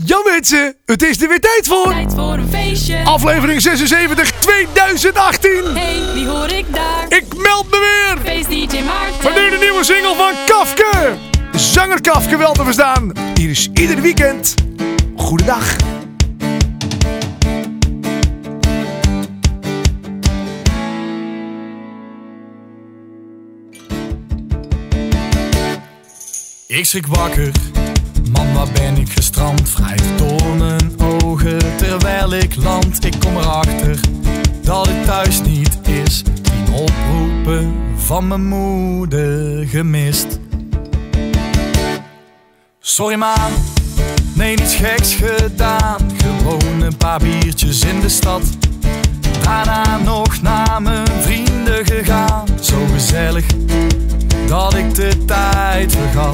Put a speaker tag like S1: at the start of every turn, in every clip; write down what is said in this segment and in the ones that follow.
S1: Ja mensen, het is er weer tijd voor.
S2: Tijd voor een feestje.
S1: Aflevering 76 2018.
S2: Hey, wie hoor ik daar?
S1: Ik meld me weer.
S2: Feest DJ Maarten.
S1: Van nu de nieuwe single van Kafke. Zanger Kafke wel te verstaan. Hier is ieder weekend. Goedendag.
S3: Ik schrik wakker, man waar ben ik gestrand? Wrijf door mijn ogen terwijl ik land. Ik kom erachter dat het thuis niet is. 10 oproepen van mijn moeder gemist. Sorry ma, nee niets geks gedaan. Gewoon een paar biertjes in de stad. Daarna nog naar mijn vrienden gegaan. Zo gezellig dat ik de tijd vergat.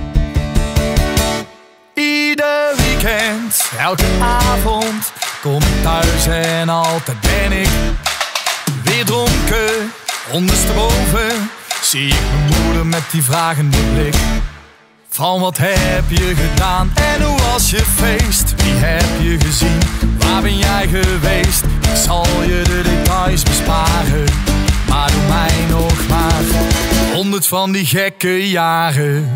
S3: Ieder weekend, elke avond kom ik thuis en altijd ben ik weer dronken. Ondersteboven zie ik mijn moeder met die vragende blik. Van wat heb je gedaan en hoe was je feest? Wie heb je gezien? Waar ben jij geweest? Ik zal je de details besparen, maar doe mij nog maar 100 van die gekke jaren.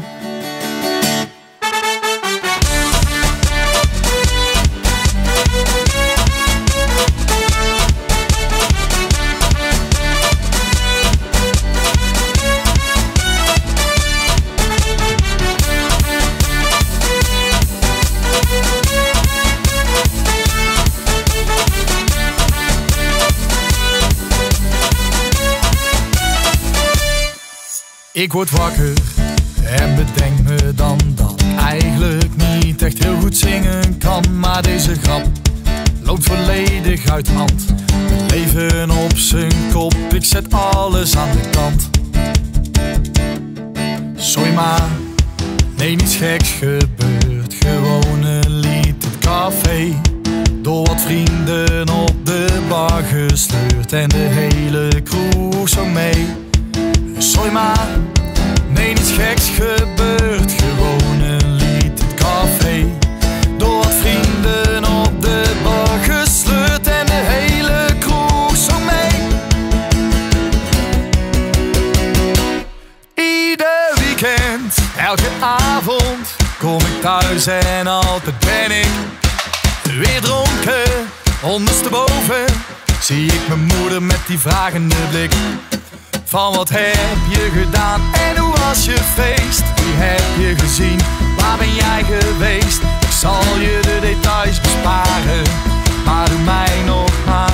S3: Ik word wakker en bedenk me dan dat ik eigenlijk niet echt heel goed zingen kan. Maar deze grap loopt volledig uit hand. Mijn leven op zijn kop, ik zet alles aan de kant. Sorry maar, nee niets geks gebeurd. Gewoon een lied het café. Door wat vrienden op de bar gesleurd. En de hele crew zo mee. Sorry maar, nee niets geks gebeurd. Gewoon een lied het café. Door wat vrienden op de bar gesleurd. En de hele crew zo mee. Ieder weekend, elke avond kom ik thuis en altijd ben ik weer dronken. Ondersteboven zie ik mijn moeder met die vragende blik. Van wat heb je gedaan en hoe was je feest? Wie heb je gezien? Waar ben jij geweest? Ik zal je de details besparen, maar doe mij nog maar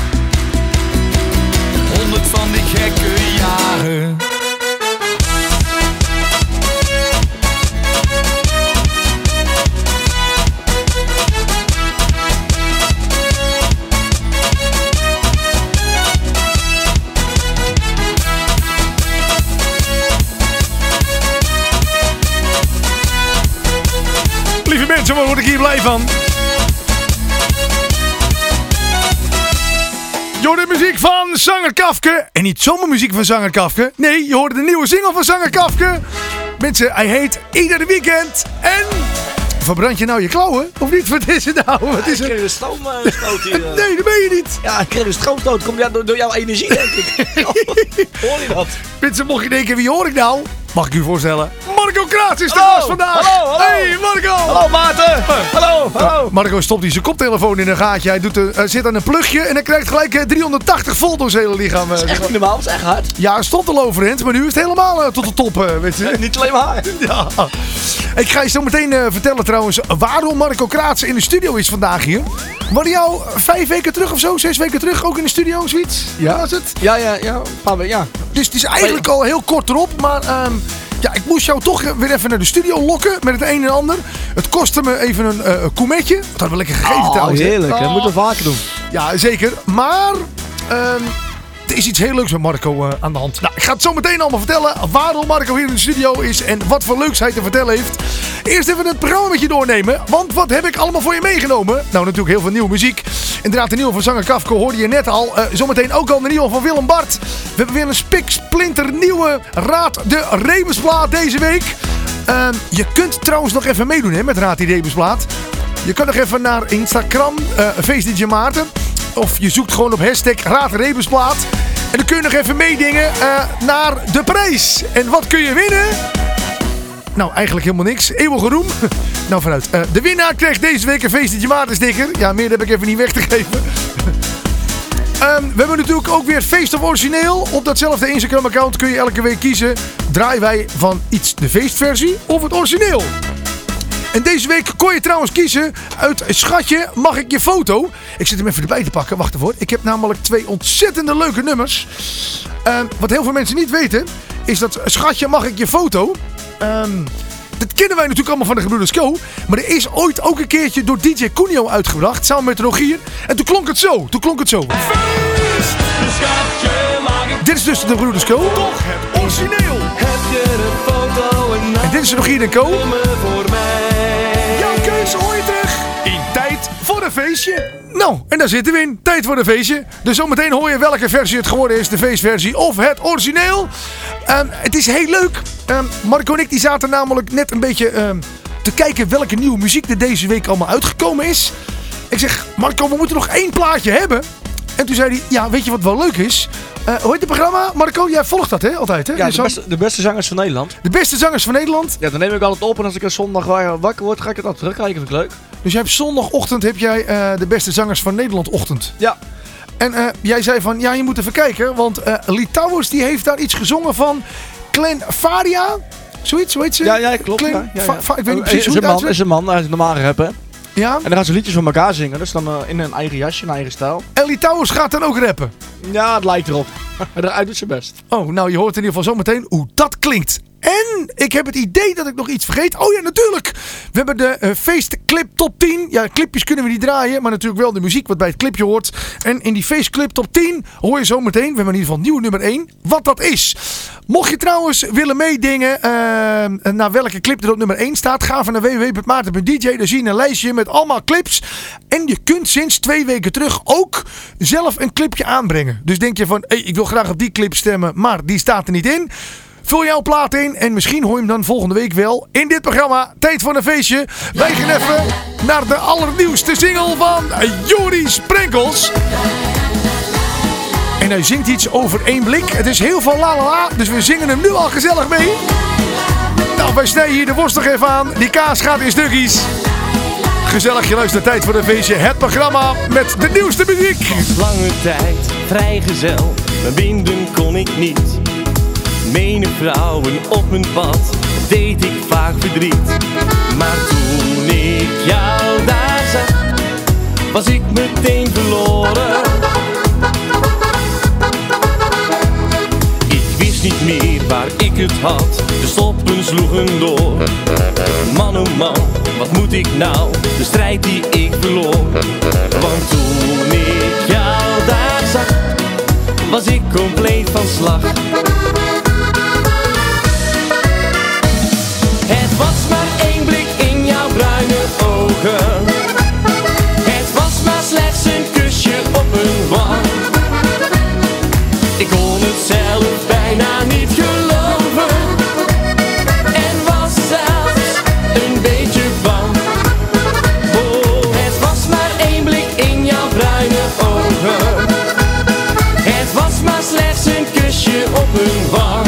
S3: 100 van die gekke jaren.
S1: Lieve mensen, waar word ik hier blij van? Je hoort de muziek van zanger Kafke. En niet zomaar muziek van zanger Kafke. Nee, je hoort de nieuwe single van zanger Kafke. Mensen, hij heet Ieder Weekend. En... verbrand je nou je klauwen? Of niet? Wat is het nou? Wat is
S4: ik kreeg een stroomstoot hier.
S1: Nee, dat ben je niet.
S4: Ja, ik kreeg een stroomstoot. Komt door jouw energie, denk ik. Hoor je dat?
S1: Mensen, mocht je denken, wie hoor ik nou? Mag ik u voorstellen? Marco Kraats is de
S4: Hallo,
S1: gast vandaag.
S4: hallo.
S1: Hey Marco.
S4: Hallo Maarten. Hallo.
S1: Marco stopt die zijn koptelefoon in een gaatje. Hij zit aan een plugje en hij krijgt gelijk 380 volt door zijn hele lichaam.
S4: Dat is echt niet normaal, dat is echt hard.
S1: Ja, het stond al overend, maar nu is het helemaal tot de top. Weet je.
S4: Niet alleen maar.
S1: Ja. Ik ga je zo meteen vertellen trouwens waarom Marco Kraats in de studio is vandaag hier. Waren jou 5 weken terug of zo, 6 weken terug ook in de studio, zoiets? Ja, was het?
S4: Ja. Een paar weken, ja.
S1: Dus het is eigenlijk al heel kort erop, maar ja, ik moest jou toch weer even naar de studio lokken met het een en ander. Het kostte me even een koemetje. Dat hadden we lekker gegeten trouwens.
S4: Heerlijk. Dat moeten we vaker doen.
S1: Ja, zeker. Maar er is iets heel leuks met Marco aan de hand. Nou, ik ga het zo meteen allemaal vertellen waarom Marco hier in de studio is en wat voor leuks hij te vertellen heeft. Eerst even het programma met je doornemen, want wat heb ik allemaal voor je meegenomen? Nou, natuurlijk heel veel nieuwe muziek. Inderdaad, de nieuwe van zanger Kafke hoorde je net al. Zometeen ook al de nieuwe van Willem Bart. We hebben weer een spiksplinter nieuwe Raad de Rebusplaat deze week. Je kunt trouwens nog even meedoen met Raad die Rebusplaat. Je kan nog even naar Instagram, Feest DJ Maarten. Of je zoekt gewoon op hashtag Raad Rebusplaat. En dan kun je nog even meedingen naar de prijs. En wat kun je winnen? Nou, eigenlijk helemaal niks. Eeuwige roem. Nou, vooruit. De winnaar krijgt deze week een Feest DJ Maarten sticker. Ja, meer heb ik even niet weg te geven. We hebben natuurlijk ook weer Feest of Origineel. Op datzelfde Instagram-account kun je elke week kiezen. Draaien wij van iets de feestversie of het origineel. En deze week kon je trouwens kiezen uit Schatje, mag ik je foto? Ik zit hem even erbij te pakken, wacht ervoor. Ik heb namelijk 2 ontzettende leuke nummers. Wat heel veel mensen niet weten, is dat Schatje, mag ik je foto? Dat kennen wij natuurlijk allemaal van de Gebroeders Co. Maar er is ooit ook een keertje door DJ Cunio uitgebracht, samen met Rogier. En toen klonk het zo, Dit is dus de Gebroeders Co.
S3: Toch het origineel. Heb je een foto
S1: En dit is Rogier en Co.
S3: voor mij?
S1: Jouw keuze hoor je terug in Tijd voor een Feestje. Nou, en daar zitten we in. Tijd voor een feestje. Dus zometeen hoor je welke versie het geworden is. De feestversie of het origineel. Het is heel leuk. Marco en ik die zaten namelijk net een beetje te kijken welke nieuwe muziek er deze week allemaal uitgekomen is. Ik zeg, Marco, we moeten nog 1 plaatje hebben. En toen zei hij, ja, weet je wat wel leuk is? Hoe heet het programma? Marco, jij volgt dat hè? Altijd hè?
S4: Ja, de beste zangers van Nederland.
S1: De beste zangers van Nederland.
S4: Ja, dan neem ik altijd op en als ik een zondag wakker word, ga ik het altijd terugkijken. Vind ik leuk.
S1: Dus jij hebt zondagochtend de beste zangers van Nederland ochtend.
S4: Ja.
S1: En jij zei van, ja, je moet even kijken. Want Lee Towers die heeft daar iets gezongen van Glenn Faria. Zoiets, hoe heet ze?
S4: Ja, klopt.
S1: Ik weet niet precies hoe het
S4: is een man, hij is een normale rapper.
S1: Ja.
S4: En dan gaan ze liedjes van elkaar zingen. Dus dan in een eigen jasje, een eigen stijl.
S1: En Lee Towers gaat dan ook rappen?
S4: Ja, het lijkt erop. Hij doet zijn best.
S1: Oh, nou je hoort in ieder geval zometeen hoe dat klinkt. En ik heb het idee dat ik nog iets vergeet. Oh ja, natuurlijk. We hebben de feestclip top 10. Ja, clipjes kunnen we niet draaien. Maar natuurlijk wel de muziek wat bij het clipje hoort. En in die feestclip top 10 hoor je zometeen. We hebben in ieder geval nieuw nummer 1. Wat dat is. Mocht je trouwens willen meedingen naar welke clip er op nummer 1 staat. Ga van naar www.maarten.dj. Daar zie je een lijstje met allemaal clips. En je kunt sinds 2 weken terug ook zelf een clipje aanbrengen. Dus denk je van, hey, ik wil graag op die clip stemmen. Maar die staat er niet in. Vul jouw plaat in en misschien hoor je hem dan volgende week wel in dit programma Tijd voor een Feestje. Wij gaan even naar de allernieuwste single van Jori Sprenkels. En hij zingt iets over 1 blik. Het is heel veel la la la, dus we zingen hem nu al gezellig mee. Nou, wij snijden hier de worst nog even aan. Die kaas gaat in stukjes. Gezellig, je luistert Tijd voor een Feestje. Het programma met de nieuwste muziek.
S5: Lange tijd vrijgezel, maar binden kon ik niet. Menig vrouwen op mijn pad deed ik vaak verdriet. Maar toen ik jou daar zag, was ik meteen verloren. Ik wist niet meer waar ik het had, de stoppen sloegen door. Man oh man, wat moet ik nou, de strijd die ik verloor. Want toen ik jou daar zag, was ik compleet van slag. Het was maar 1 blik in jouw bruine ogen. Het was maar slechts een kusje op een wang. Ik kon het zelf bijna niet geloven. En was zelfs een beetje bang. Oh, het was maar 1 blik in jouw bruine ogen. Het was maar slechts een kusje op een wang.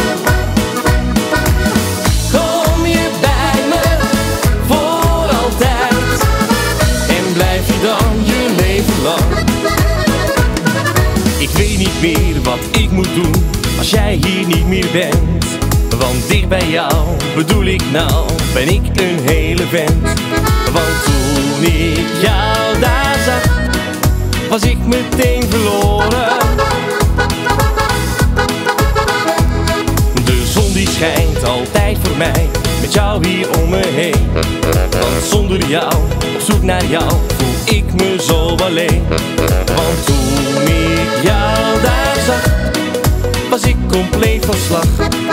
S5: Ik weet niet meer wat ik moet doen als jij hier niet meer bent. Want dicht bij jou, bedoel ik nou, ben ik een hele vent. Want toen ik jou daar zag, was ik meteen verloren. De zon die schijnt altijd voor mij, met jou hier om me heen. Want zonder jou, op zoek naar jou, voel ik me zo alleen. Want toen ik jou daar zag, was ik compleet van slag.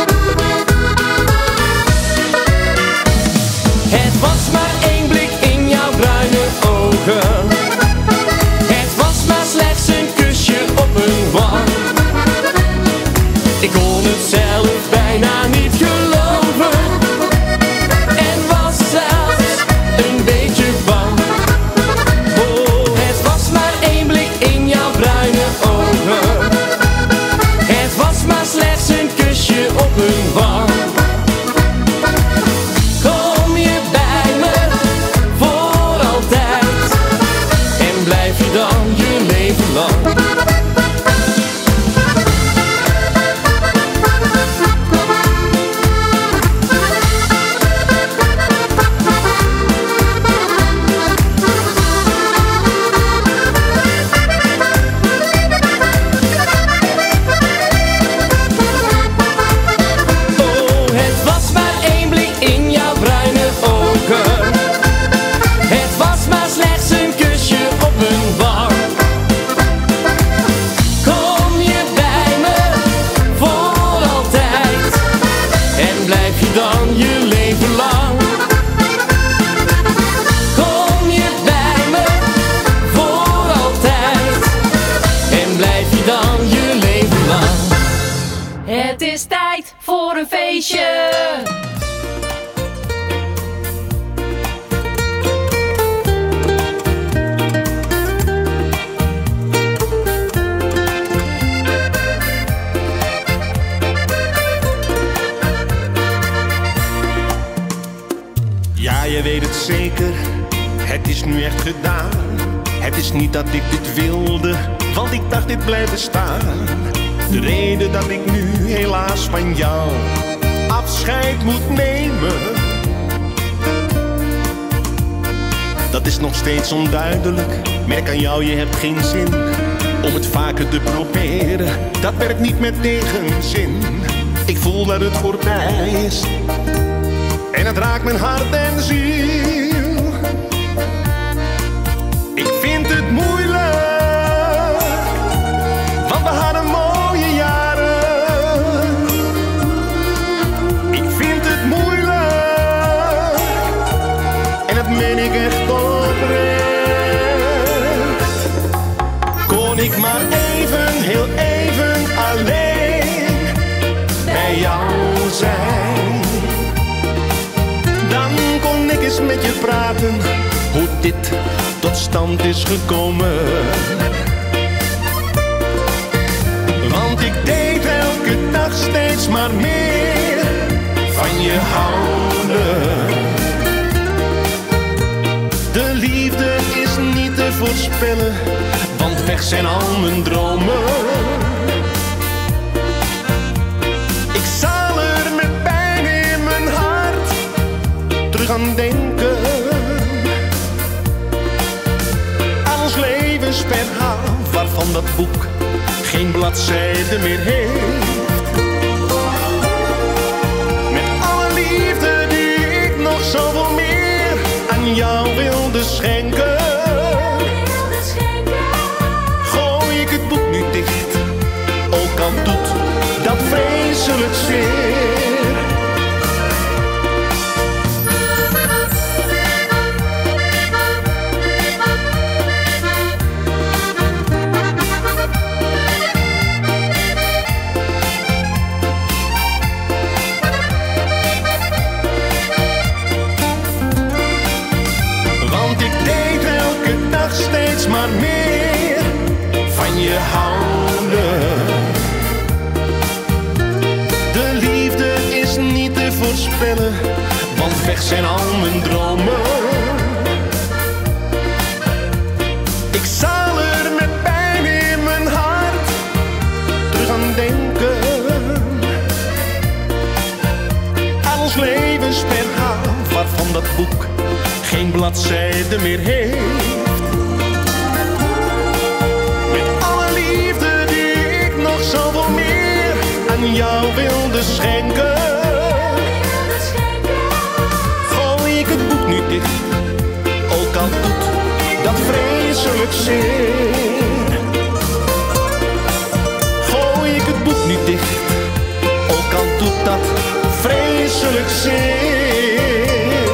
S5: Het was maar 1 blik in jouw bruine ogen. Het was maar slechts een kusje op een wang. Ik kon het zelf bijna niet geloven. En was zelfs een beetje bang.
S2: feestje.
S6: Ja, je weet het zeker, het is nu echt gedaan. Het is niet dat ik dit wilde, want ik dacht dit blijft bestaan. De reden dat ik nu helaas van jou afscheid moet nemen, dat is nog steeds onduidelijk. Merk aan jou, je hebt geen zin om het vaker te proberen. Dat werkt niet met tegenzin. Ik voel dat het voorbij is en het raakt mijn hart en ziel. Ik vind het moeilijk, want we hadden mooie jaren. Ik vind het moeilijk, en dat meen ik echt oprecht. Kon ik maar even, heel even alleen bij jou zijn, dan kon ik eens met je praten hoe dit tot stand is gekomen. Want ik deed elke dag steeds maar meer van je houden. De liefde is niet te voorspellen, want weg zijn al mijn dromen. Ik zal er met pijn in mijn hart terug aan denken. Aan ons levensverhaal, waarvan dat boek geen bladzijde meer heeft. Met alle liefde die ik nog zoveel meer aan jou wilde schenken, gooi ik het boek nu dicht, ook al doet dat vreselijk zeer. Steeds maar meer van je houden. De liefde is niet te voorspellen, want weg zijn al mijn dromen. Ik zal er met pijn in mijn hart terug aan denken. Aan ons levensverhaal, waarvan dat boek geen bladzijde meer heeft. Zoveel meer aan jou wilde schenken, gooi ik het boek nu dicht, ook al doet dat vreselijk zeer. Gooi ik het boek nu dicht, ook al doet dat vreselijk zeer.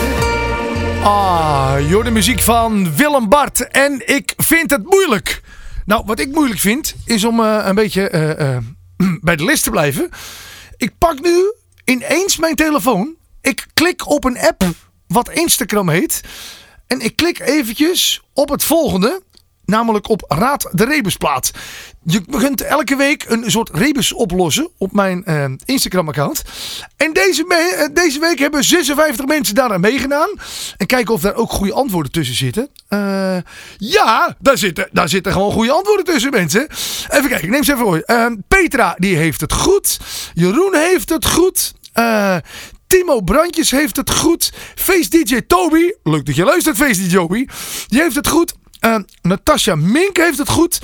S1: Joh, de muziek van Willem Bart en ik vind het moeilijk. Nou, wat ik moeilijk vind, is om een beetje bij de les te blijven. Ik pak nu ineens mijn telefoon. Ik klik op een app wat Instagram heet. En ik klik eventjes op het volgende. Namelijk op Raad de Rebusplaat. Je kunt elke week een soort rebus oplossen op mijn Instagram account. En deze week hebben 56 mensen daaraan meegedaan. En kijken of daar ook goede antwoorden tussen zitten. Ja, daar zitten gewoon goede antwoorden tussen, mensen. Even kijken, ik neem ze even voor. Petra, die heeft het goed. Jeroen heeft het goed. Timo Brandjes heeft het goed. Face DJ Toby. Leuk dat je luistert, Face DJ Toby. Die heeft het goed. Natasja Mink heeft het goed.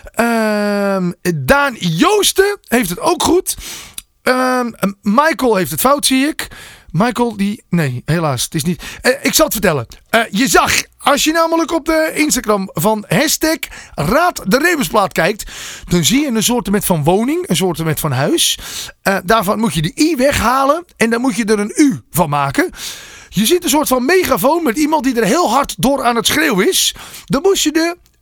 S1: Daan Joosten heeft het ook goed. Michael heeft het fout, zie ik. Michael, nee, helaas, het is niet. Ik zal het vertellen. Je zag, als je namelijk op de Instagram van hashtag Raad de Rebusplaat kijkt, dan zie je een soortement van woning, een soortement van huis. Daarvan moet je de i weghalen en dan moet je er een u van maken. Je ziet een soort van megafoon met iemand die er heel hard door aan het schreeuwen is. Dan moest je de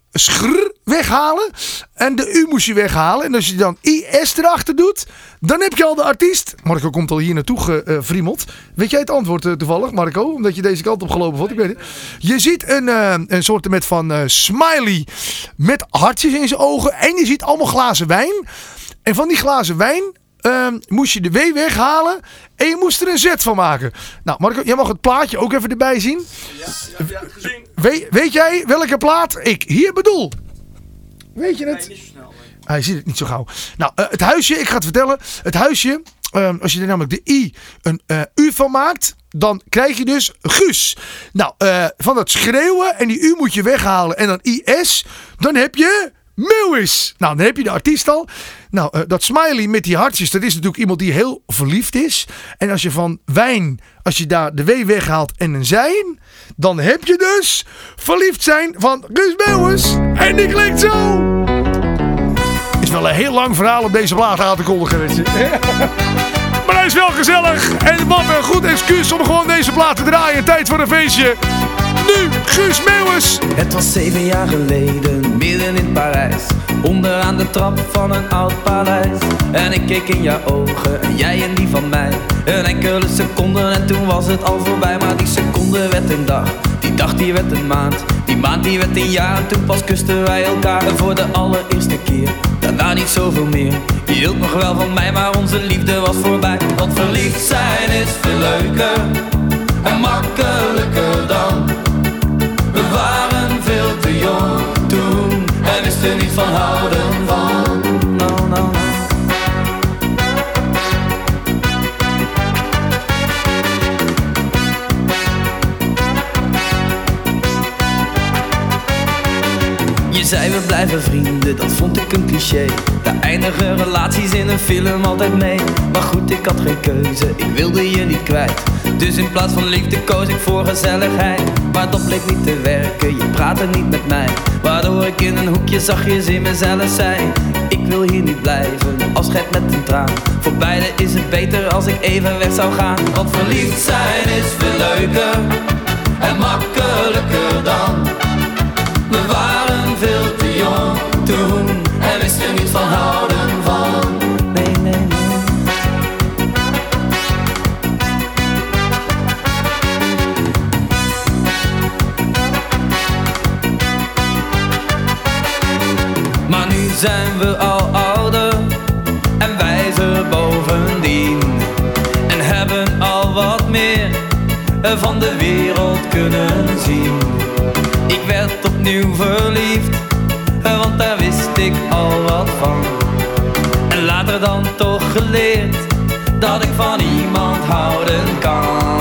S1: schr weghalen. En de U moest je weghalen. En als je dan IS erachter doet, dan heb je al de artiest. Marco komt al hier naartoe gevriemeld. Weet jij het antwoord toevallig, Marco? Omdat je deze kant op gelopen vond. Ik weet het. Je ziet een soort van smiley met hartjes in zijn ogen. En je ziet allemaal glazen wijn. En van die glazen wijn moest je de W weghalen. En je moest er een Z van maken. Nou, Marco, jij mag het plaatje ook even erbij zien. Ja, gezien. Weet jij welke plaat ik hier bedoel? Weet je het? Nee, niet zo snel. Nee. Hij ziet het niet zo gauw. Nou, het huisje, ik ga het vertellen. Het huisje, als je er namelijk de I een U van maakt, dan krijg je dus Guus. Nou, van dat schreeuwen en die U moet je weghalen en dan IS, dan heb je Meeuwis. Nou, dan heb je de artiest al. Nou, dat smiley met die hartjes, dat is natuurlijk iemand die heel verliefd is. En als je van wijn, als je daar de W weghaalt en een zijn, dan heb je dus verliefd zijn van Guus Meeuwis. En die klinkt zo. Is wel een heel lang verhaal om deze plaat aan te kondigen, weet je. Maar hij is wel gezellig. En wat een goed excuus om gewoon deze plaat te draaien. Tijd voor een feestje. Nu, Guus Meeuwis.
S7: Het was 7 jaar geleden, midden in Parijs. Onderaan de trap van een oud paleis. En ik keek in jouw ogen en jij in die van mij. Een enkele seconde en toen was het al voorbij. Maar die seconde werd een dag, die dag die werd een maand. Die maand die werd een jaar en toen pas kusten wij elkaar. En voor de allereerste keer, daarna niet zoveel meer. Je hield nog wel van mij, maar onze liefde was voorbij. Want verliefd zijn is veel leuker en makkelijker dan. We waren veel te jong toen en wisten niet van houden van. No, no, no. Je zei we blijven vrienden, dat vond ik een cliché. Daar eindigen relaties in een film altijd mee. Maar goed, ik had geen keuze, ik wilde je niet kwijt. Dus in plaats van liefde koos ik voor gezelligheid. Maar dat bleek niet te werken, je praatte niet met mij. Waardoor ik in een hoekje zachtjes in mezelf zei: ik wil hier niet blijven, afscheid met een traan. Voor beiden is het beter als ik even weg zou gaan. Want verliefd zijn is veel leuker en makkelijker dan. We waren veel te jong toen en wisten niet van houden van. Nee, nee, nee. Maar nu zijn we al ouder en wijzer bovendien. En hebben al wat meer van de wereld kunnen zien. Ik werd opnieuw verliefd, want daar wist ik al wat van. En later dan toch geleerd dat ik van iemand houden kan.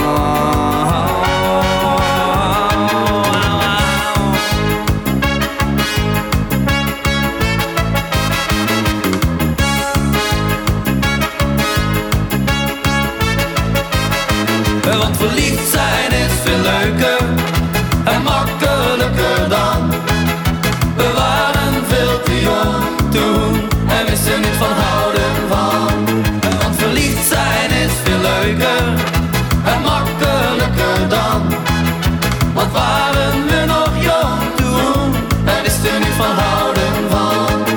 S7: Want verliefd zijn is veel leuker en makkelijker dan. We waren veel te jong toen en wisten niet van houden van. Want verliefd zijn is veel leuker en makkelijker dan. Want waren we nog jong toen en wisten niet van houden van.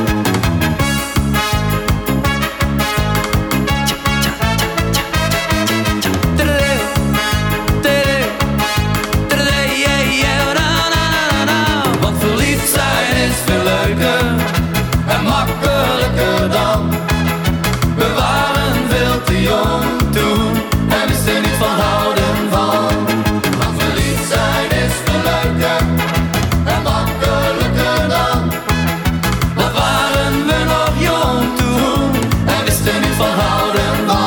S7: En makkelijker dan. We waren veel te jong toen en wisten niet van houden van. Want verliefd zijn is veel leuker en makkelijker dan. Wat waren we nog jong toen en wisten niet van houden van.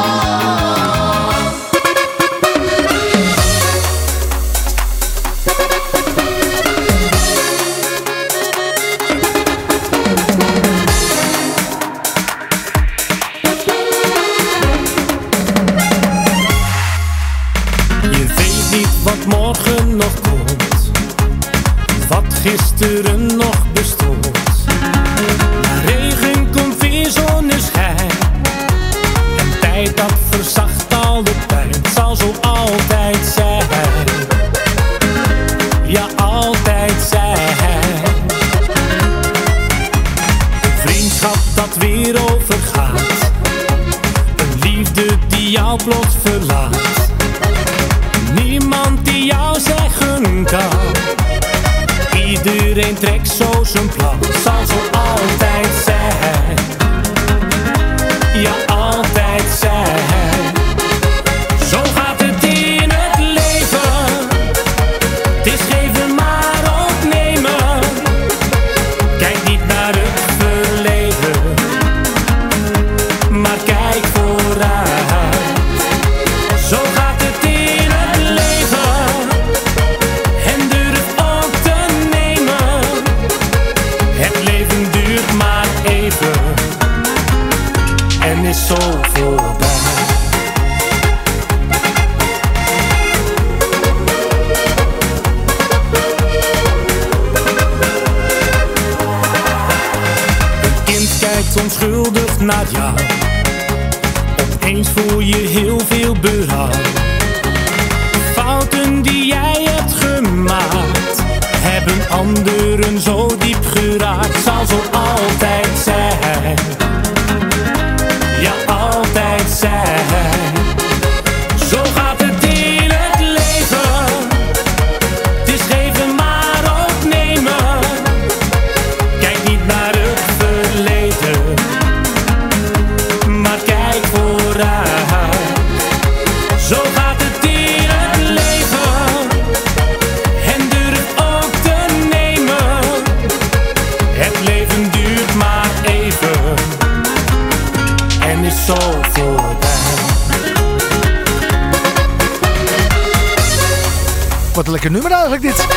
S8: Morgen nog komt, wat gisteren nog bestond. Na regen komt weer zonneschijn, en tijd dat verzacht al de pijn. Het zal zo altijd zijn, ja altijd zijn. Iedereen trekt zo zijn plan, zal zo altijd zijn. Ja, altijd zijn. Zo gaat het in het leven. Het is geven maar ook nemen. Kijk niet naar het verleden, maar kijk vooruit. Zo gaat het in het leven. En durf ook te nemen. Het leven duurt maar even en is zo voorbij. Een kind kijkt onschuldig naar jou. Opeens voel je heel veel berouw. Fouten die jij hebt gemaakt hebben anderen zo diep geraakt. Zal zo altijd zijn. Ja, altijd zijn. Zo gaat het in het leven. Het is geven maar ook nemen. Kijk niet naar het verleden, maar kijk vooruit. Zo gaat het in het leven. En durf ook te nemen. Het leven duurt maar even en is zo voorbij.
S1: Wat een lekker nummer eigenlijk dit.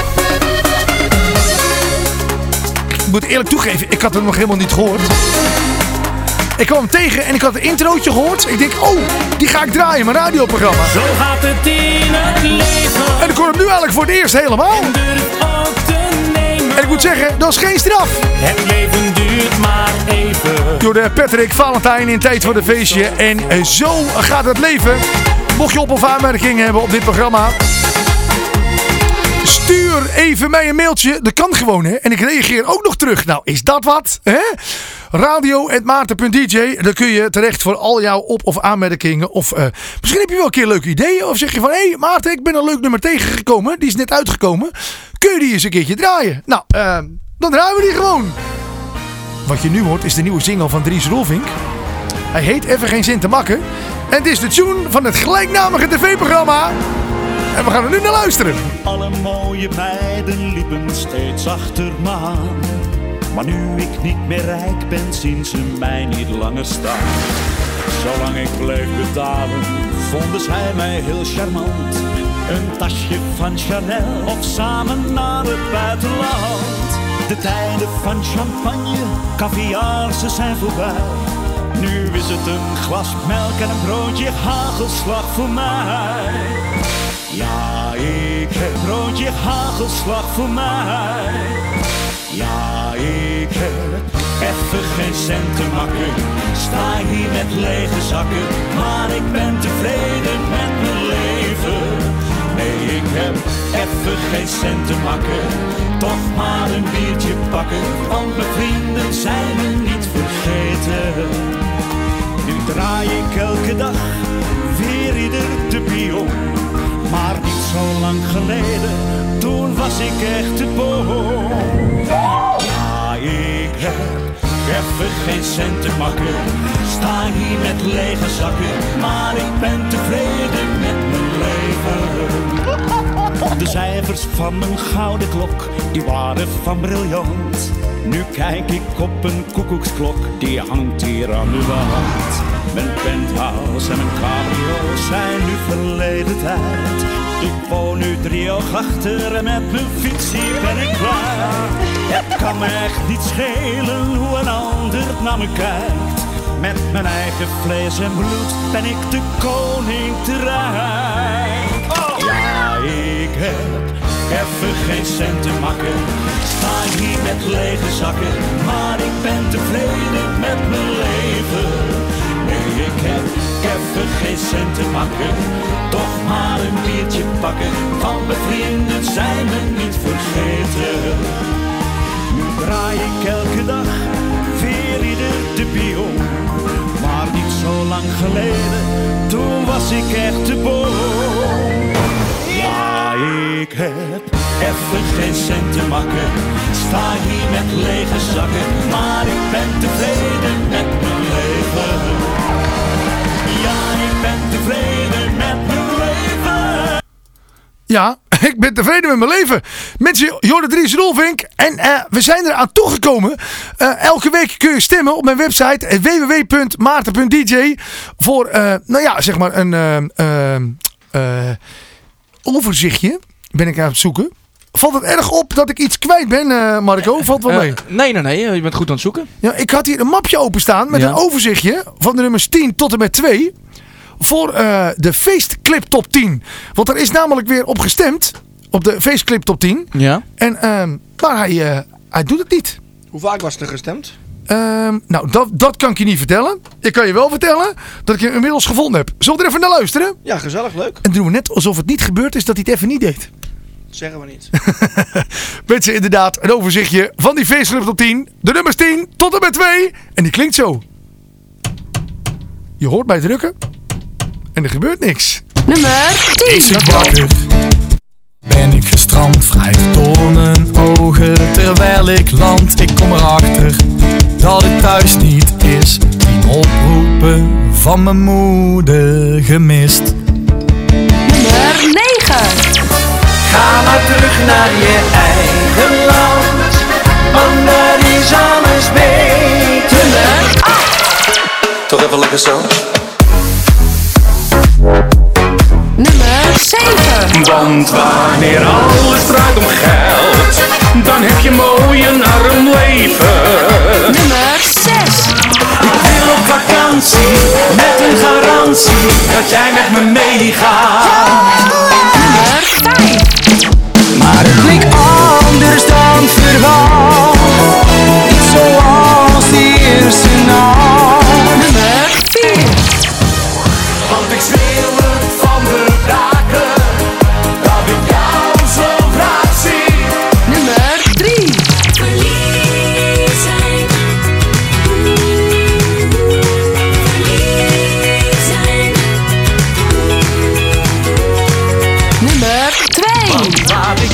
S1: Ik moet eerlijk toegeven, ik had hem nog helemaal niet gehoord. Ik kwam hem tegen en ik had een introotje gehoord. Ik denk, oh, die ga ik draaien in mijn radioprogramma.
S8: Zo gaat het in het leven.
S1: En ik hoor hem nu eigenlijk voor het eerst helemaal.
S8: En durf ook te nemen.
S1: En ik moet zeggen, dat is geen straf.
S8: Het leven duurt maar even.
S1: Door de Patrick Valentijn in Tijd voor de Feestje. En zo gaat het leven. Mocht je op- of aanmerkingen hebben op dit programma, stuur even mij een mailtje. Dat kan gewoon, hè. En ik reageer ook nog terug. Nou, is dat wat? Hè? radio@maarten.dj. Daar kun je terecht voor al jouw op- of aanmerkingen. Of misschien heb je wel een keer leuke ideeën. Of zeg je van, hé Maarten, ik ben een leuk nummer tegengekomen. Die is net uitgekomen. Kun je die eens een keertje draaien? Nou, dan draaien we die gewoon. Wat je nu hoort is de nieuwe single van Dries Roelvink. Hij heet Even Geen Zin te Makken. En het is de tune van het gelijknamige tv-programma. En we gaan er nu naar luisteren.
S9: Alle mooie meiden liepen steeds achter me aan. Maar nu ik niet meer rijk ben, zien ze mij niet langer staan. Zolang ik bleef betalen, vonden zij mij heel charmant. Een tasje van Chanel of samen naar het buitenland. De tijden van champagne, caviar, ze zijn voorbij. Nu is het een glas melk en een broodje hagelslag voor mij. Ja, ik heb broodje hagelslag voor mij. Ja, ik heb even geen cent te makken. Sta hier met lege zakken, maar ik ben tevreden met mijn leven. Nee, ik heb even geen cent te makken. Toch maar een biertje pakken, want mijn vrienden zijn me niet vergeten. Nu draai ik elke dag weer ieder de pion. Maar niet zo lang geleden, toen was ik echt de boom. Ja, ik heb even geen cent te makken. Sta hier met lege zakken, maar ik ben tevreden met mijn leven. De cijfers van mijn gouden klok, die waren van briljant. Nu kijk ik op een koekoeksklok, die hangt hier aan de wand. Mijn penthouse en mijn cabrio zijn nu verleden tijd. Ik woon nu 3 oog achter en met mijn fietsie ben ik klaar. Het kan me echt niet schelen hoe een ander naar me kijkt. Met mijn eigen vlees en bloed ben ik de koning te rijk. Ja, ik heb even geen cent te makken. Sta hier met lege zakken, maar ik ben tevreden met mijn leven. Nee, ik heb even geen cent te makken. Toch maar een biertje pakken, want mijn vrienden zijn me niet vergeten. Nu draai ik elke dag weer ieder de pion. Maar niet zo lang geleden, toen was ik echt de boom. Ja, ik heb even geen cent te makken. sta hier met lege zakken, maar ik ben tevreden met mijn leven. Ja, ik ben tevreden met mijn leven.
S1: Ja, ik ben tevreden met mijn leven. Mensen, Jordan Dries Rolvink. En we zijn eraan toegekomen. Elke week kun je stemmen op mijn website www.maarten.dj voor, zeg maar een overzichtje. Ben ik aan het zoeken. Valt het erg op dat ik iets kwijt ben, Marco? Valt wel mee?
S4: Nee. Je bent goed aan het zoeken.
S1: Ja, ik had hier een mapje openstaan met een overzichtje van de nummers 10 tot en met 2. Voor de feestclip top 10. Want er is namelijk weer op gestemd. Op de feestclip top 10.
S4: Ja.
S1: En, maar hij doet het niet.
S4: Hoe vaak was er gestemd?
S1: Dat kan ik je niet vertellen. Ik kan je wel vertellen dat ik hem inmiddels gevonden heb. Zullen we er even naar luisteren?
S4: Ja, gezellig, leuk.
S1: En doen we net alsof het niet gebeurd is dat hij het even niet deed.
S4: Zeggen we niet.
S1: Mensen, inderdaad, een overzichtje van die feestclip top 10. De nummers 10 tot en met 2. En die klinkt zo. Je hoort mij drukken. En er gebeurt niks.
S2: Nummer 10.
S3: Is ik wakker, ben ik gestrand, wrijf door mijn ogen terwijl ik land. Ik kom erachter dat het thuis niet is. 10 oproepen van mijn moeder gemist.
S2: Nummer 9.
S5: Ga maar terug naar je eigen land, want daar is alles beter.
S2: Nummer 8.
S5: Toch even lekker zo.
S2: Nummer 7.
S5: Want wanneer alles draait om geld, dan heb je mooi een arm leven.
S2: Nummer 6.
S5: Ik wil op vakantie met een garantie dat jij met me meegaat.
S2: Nummer 5.
S5: Maar het klinkt anders dan verwacht, niet zoals die eerste nacht.
S2: Nummer 4.
S5: Want ik schreeuw het van de daken, dat ik jou zo graag zie.
S2: Nummer 3.
S10: Verliefd zijn. Verliefd zijn.
S2: Nummer 2.
S5: Want waar ik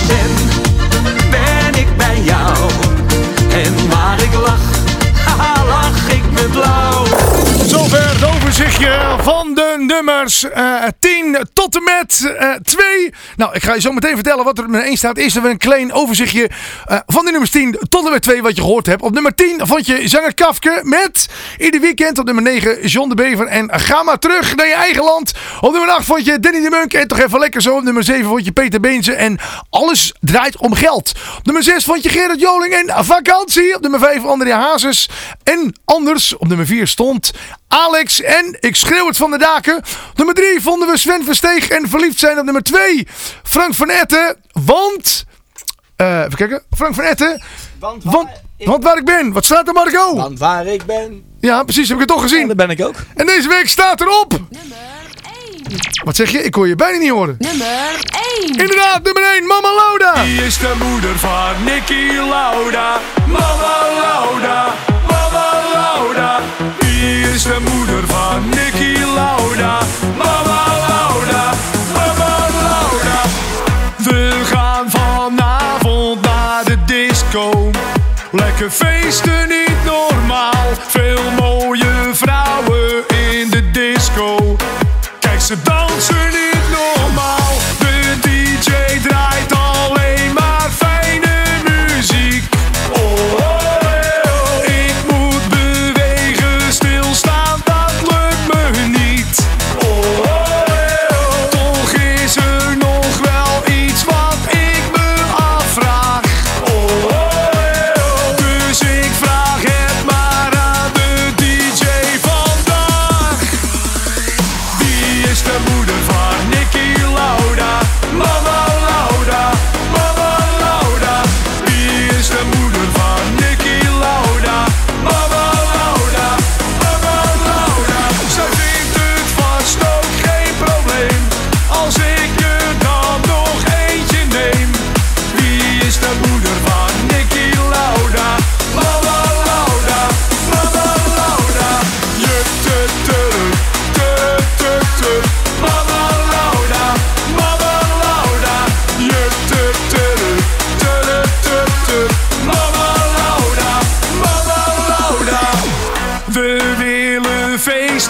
S5: ben ik bij jou. En waar ik lach, haha, lach ik me blauw.
S1: Zover het overzichtje van de nummers 10 tot en met 2. Nou, ik ga je zo meteen vertellen wat er op nummer 1 staat. Eerst even een klein overzichtje van de nummers 10 tot en met 2 wat je gehoord hebt. Op nummer 10 vond je zanger Kafke met Ieder Weekend. Op nummer 9 John de Bever en Ga maar terug naar je eigen land. Op nummer 8 vond je Danny de Munk en Toch even lekker zo. Op nummer 7 vond je Peter Beense en Alles draait om geld. Op nummer 6 vond je Gerard Joling en Vakantie. Op nummer 5 Andrea Hazes en Anders. Op nummer 4 stond Alex en Ik schreeuw het van de daken. Op nummer 3 vonden we Sven Versteeg en Verliefd zijn. Op nummer 2 Frank van Etten. Want... even kijken. Frank van Etten. Want waar ik ben. Wat staat er, Marco?
S4: Want waar ik ben.
S1: Ja, precies. Heb ik het toch gezien.
S4: Ja, daar ben ik ook.
S1: En deze week staat erop.
S2: Nummer 1.
S1: Wat zeg je? Ik hoor je bijna niet horen.
S2: Nummer 1.
S1: Inderdaad, nummer 1. Mama Lauda.
S3: Wie is de moeder van Nicky Lauda? Mama Lauda, Mama Lauda. Wie is de moeder van Nicky Lauda? Mama Lauda, Mama Lauda. We gaan vanavond naar de disco. Lekker feesten, niet normaal. Veel mooie vrouwen in de disco. Kijk, ze dansen niet normaal. De DJ draait alleen maar fijne muziek. Oh, oh, oh. Ik moet bewegen, stilstaan, dat lukt me niet. Oh, oh, oh. Toch is er nog wel iets wat ik me afvraag. Oh, oh, oh. Dus ik vraag het maar aan de DJ vandaag. Wie is de moeder van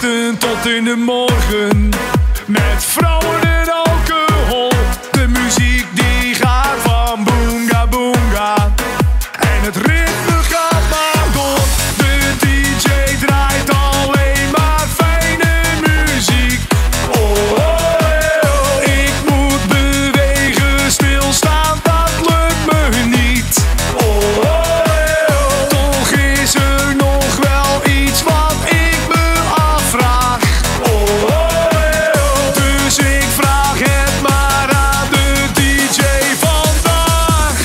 S3: ochtend tot in de morgen. Met vrouwen en alcohol. De muziek die gaat van boonga boonga. En het ritme gaat maar door. De DJ draait alleen maar fijne muziek. Oh, oh, oh, ik moet bewegen, stilstaan, dat lukt me niet. Oh, oh, oh, toch is er nog wel iets wat ik me afvraag. Oh, oh, oh, dus ik vraag het maar aan de DJ vandaag.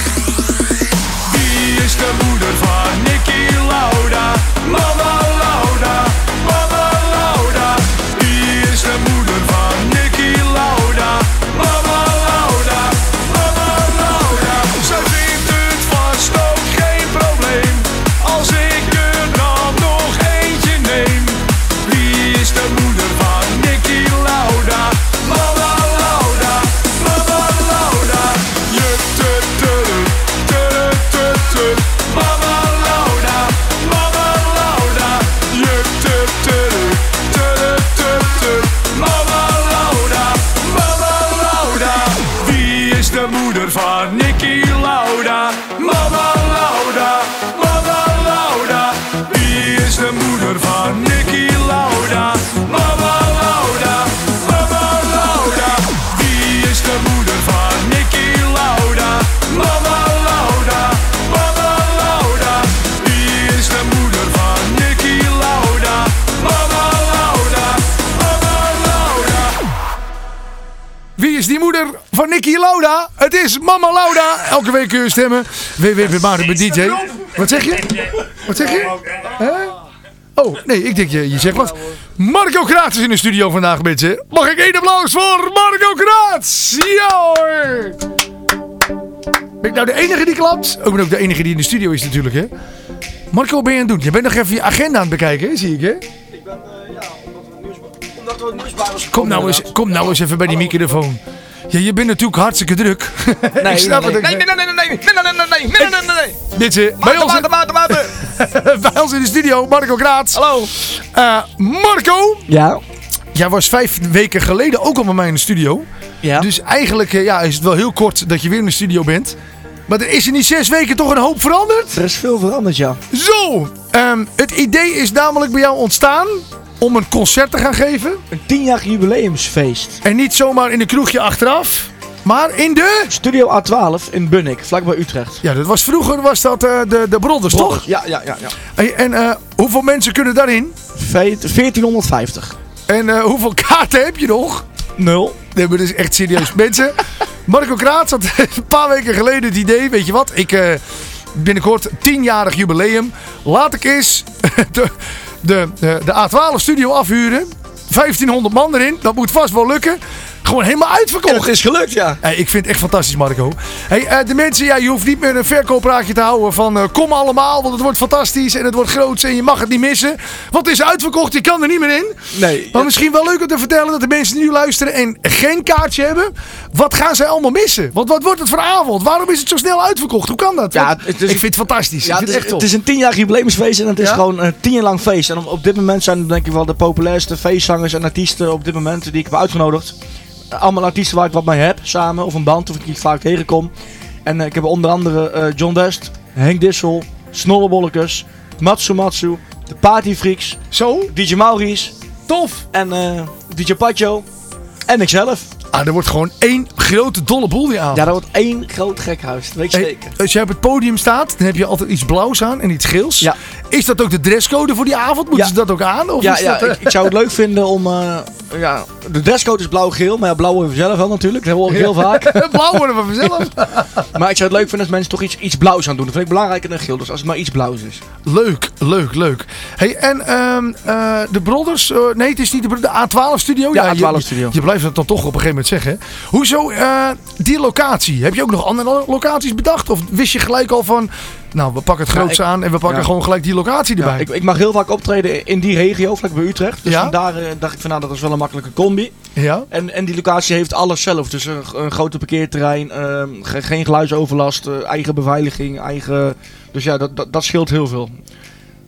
S3: Wie is de moeder van Nicky Lauda? Mama Lauda, Mama Lauda. Wie is de moeder van Nicky Lauda? Mama Lauda, Mama Lauda. Zij vindt het vast ook geen probleem als ik er dan nog eentje neem. Wie is de moeder van Nicky Lauda? Mama Lauda, Mama Lauda. Je tut tut tut tut tut. Mama Lauda, Mama Lauda. Je tut tut tut tut tut. Mama Lauda, Mama Lauda. Wie is de moeder van Nicky Lauda? Mama Lauda, Mama Lauda. Wie is de moeder van Nicky Lauda? Mama Lauda, Mama Lauda. Wie is de moeder van Nicky Lauda? Mama Lauda, Mama Lauda. Wie is de moeder van Nicky Lauda? Mama Lauda, Mama Lauda.
S1: Wie is die moeder van Nicky Lauda? Het is Mama Lauda. Elke week kun je stemmen. www.maarten.dj. Wat zeg je? Wat zeg je? Oh, nee, ik denk je zegt wat. Marco Kraats is in de studio vandaag, mensen. Mag ik één applaus voor Marco Kraats? Ja hoor! Ben ik nou de enige die klapt? Ik ben ook de enige die in de studio is natuurlijk, hè? Marco, wat ben je aan het doen? Je bent nog even je agenda aan het bekijken, hè? Zie ik, hè?
S4: Ik ben, omdat we het nieuws was.
S1: Kom nou eens even bij die microfoon. Ja, je bent natuurlijk hartstikke druk.
S4: Nee,
S1: Ik snap het.
S4: nee.
S1: Dit is bij ons in de studio, Marco Kraats.
S4: Hallo.
S1: Marco,
S4: Ja.
S1: jij was 5 weken geleden ook al bij mij in de studio.
S4: Ja.
S1: Dus eigenlijk is het wel heel kort dat je weer in de studio bent. Maar er is in die 6 weken toch een hoop veranderd?
S4: Er is veel veranderd, ja.
S1: Zo, het idee is namelijk bij jou ontstaan om een concert te gaan geven.
S4: Een 10-jarig jubileumsfeest.
S1: En niet zomaar in een kroegje achteraf, maar in de...
S4: Studio A12 in Bunnik, vlakbij Utrecht.
S1: Ja, vroeger was dat de Brodders, toch?
S4: Ja.
S1: Hey, en hoeveel mensen kunnen daarin?
S4: 1450.
S1: En hoeveel kaarten heb je nog?
S4: 0.
S1: Nee, maar dat is echt serieus. Mensen, Marco Kraats had een paar weken geleden het idee, weet je wat? Ik binnenkort 10-jarig jubileum. Laat ik eens de A12 studio afhuren. 1500 man erin. Dat moet vast wel lukken. Gewoon helemaal uitverkocht.
S4: En het is gelukt, ja.
S1: Hey, ik vind het echt fantastisch, Marco. Hey, de mensen, je hoeft niet meer een verkooppraatje te houden van kom allemaal, want het wordt fantastisch en het wordt groots en je mag het niet missen. Want het is uitverkocht, je kan er niet meer in.
S4: Nee.
S1: Maar misschien wel leuk om te vertellen dat de mensen die nu luisteren en geen kaartje hebben, wat gaan zij allemaal missen? Want wat wordt het voor avond? Waarom is het zo snel uitverkocht? Hoe kan dat?
S4: Ja,
S1: ik vind het fantastisch.
S4: Ja,
S1: ik vind het echt top.
S4: het is een 10-jarig jubileumsfeest en het is gewoon 10 jaar lang feest. En op dit moment zijn denk ik wel de populairste feestzangers en artiesten op dit moment die ik heb uitgenodigd. Allemaal artiesten waar ik wat mee heb, samen, of een band, of ik niet vaak tegenkom. En ik heb onder andere John Dust, Henk Dissel, Snollebollekes, Matsu, de Partyfreaks, DJ Maurice,
S1: tof,
S4: en DJ Pacho en ikzelf.
S1: Ah, er wordt gewoon één grote dolle boel die avond.
S4: Ja, dat wordt één groot gekhuis, dat weet ik zeker.
S1: Als je op het podium staat, dan heb je altijd iets blauws aan en iets geels.
S4: Ja.
S1: Is dat ook de dresscode voor die avond? Moeten ze dat ook aan? Of is dat,
S4: ik zou het leuk vinden om... de dresscode is blauw-geel, maar ja, blauw worden we zelf wel natuurlijk. Dat hoor ik heel vaak.
S1: Blauw worden we vanzelf.
S4: Maar ik zou het leuk vinden als mensen toch iets blauws aan doen. Dat vind ik belangrijker dan geel, dus als het maar iets blauws is.
S1: Leuk. Hey, en de Brothers, nee, het is niet de A12 studio.
S4: Ja, A12 studio.
S1: Je blijft het dan toch op een gegeven moment zeggen. Hè? Hoezo die locatie? Heb je ook nog andere locaties bedacht? Of wist je gelijk al van, nou, we pakken het grootste aan en we pakken gewoon gelijk die locatie erbij?
S4: Ik mag heel vaak optreden in die regio, vlak bij Utrecht. Dus vandaar dacht ik van, nou, dat is wel een makkelijke combi.
S1: Ja.
S4: En die locatie heeft alles zelf. Dus een grote parkeerterrein, geen geluidsoverlast, eigen beveiliging, eigen... Dus ja, dat scheelt heel veel.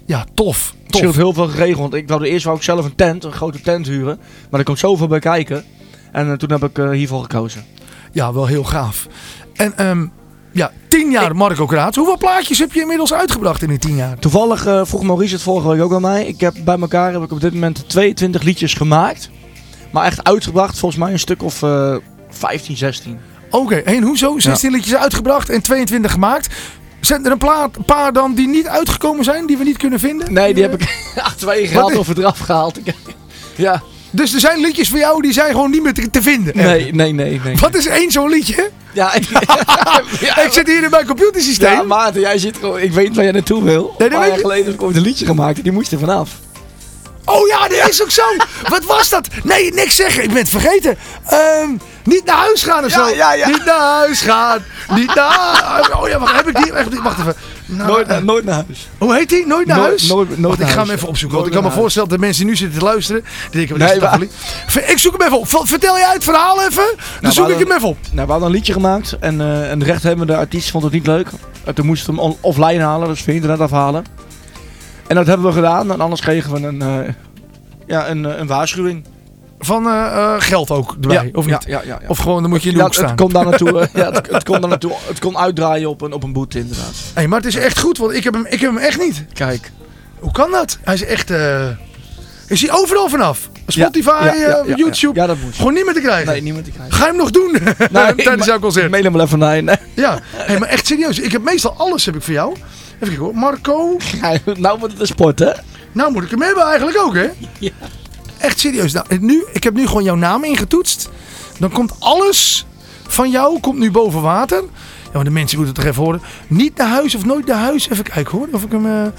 S1: Ja, tof.
S4: Het scheelt heel veel geregeld. Want eerst wou ik zelf een grote tent huren. Maar er komt zoveel bij kijken. En toen heb ik hiervoor gekozen.
S1: Ja, wel heel gaaf. En 10 jaar Marco Kraats. Hoeveel plaatjes heb je inmiddels uitgebracht in die 10 jaar?
S4: Toevallig vroeg Maurice het vorige week ook aan mij. Bij elkaar heb ik op dit moment 22 liedjes gemaakt. Maar echt uitgebracht volgens mij een stuk of 15, 16.
S1: Oké, en hoezo? 16 liedjes uitgebracht en 22 gemaakt. Zijn er een paar dan die niet uitgekomen zijn, die we niet kunnen vinden?
S4: Nee, die heb ik achterwege gehaald of eraf gehaald. Ja.
S1: Dus er zijn liedjes voor jou die zijn gewoon niet meer te vinden?
S4: Nee.
S1: Wat is één zo'n liedje?
S4: Ja,
S1: ik zit hier in mijn computersysteem.
S4: Ja, Maarten, jij zit gewoon... Ik weet waar jij naartoe wil.
S1: Nee,
S4: een paar jaar geleden heb ik ooit een liedje gemaakt en die moest er vanaf.
S1: Oh ja, dat is ook zo. Wat was dat? Nee, niks zeggen. Ik ben het vergeten. Niet naar huis gaan of zo.
S4: Ja.
S1: Niet naar huis gaan. Niet naar... Oh ja, wacht, heb ik die? Wacht even.
S4: Nooit naar huis.
S1: Hoe heet die? Nooit naar huis?
S4: Nooit
S1: Wacht,
S4: naar
S1: ik ga
S4: huis.
S1: hem even opzoeken. Want
S4: Nooit
S1: ik kan me
S4: naar
S1: voorstellen dat de mensen die nu zitten te luisteren. Die denken,
S4: Nee,
S1: ik zoek hem even op. Vertel jij het verhaal even. Dan zoek ik hem even op.
S4: Nou, we hadden een liedje gemaakt. En de rechthebbende artiest vond het niet leuk. En toen moesten we hem offline halen. Dus via internet afhalen. En dat hebben we gedaan. En anders kregen we een waarschuwing.
S1: Van geld ook erbij, of niet?
S4: Ja.
S1: Of gewoon, dan moet je in de hoek staan.
S4: Het kon daar naartoe. Het kon daar naartoe. Het kon uitdraaien op een boete, inderdaad.
S1: Hey, maar het is echt goed, want ik heb hem echt niet.
S4: Kijk.
S1: Hoe kan dat? Hij is echt... Is hij overal vanaf? Spotify, YouTube?
S4: Ja, dat moet je.
S1: Gewoon niet meer te krijgen?
S4: Nee, niet meer te krijgen.
S1: Ga je hem nog doen? Tijdens jouw concert?
S4: Mail hem wel even naar je. Nee.
S1: Ja, hey, maar echt serieus. Ik heb meestal alles heb ik voor jou. Even kijken hoor. Marco.
S4: Nou wordt het een sport, hè?
S1: Nou moet ik hem hebben eigenlijk ook, hè?
S4: Ja.
S1: Echt serieus. Nou, ik heb nu gewoon jouw naam ingetoetst. Dan komt alles van jou komt nu boven water. Ja, maar de mensen moeten het toch even horen. Niet naar huis of nooit naar huis. Even kijken hoor. Of ik hem...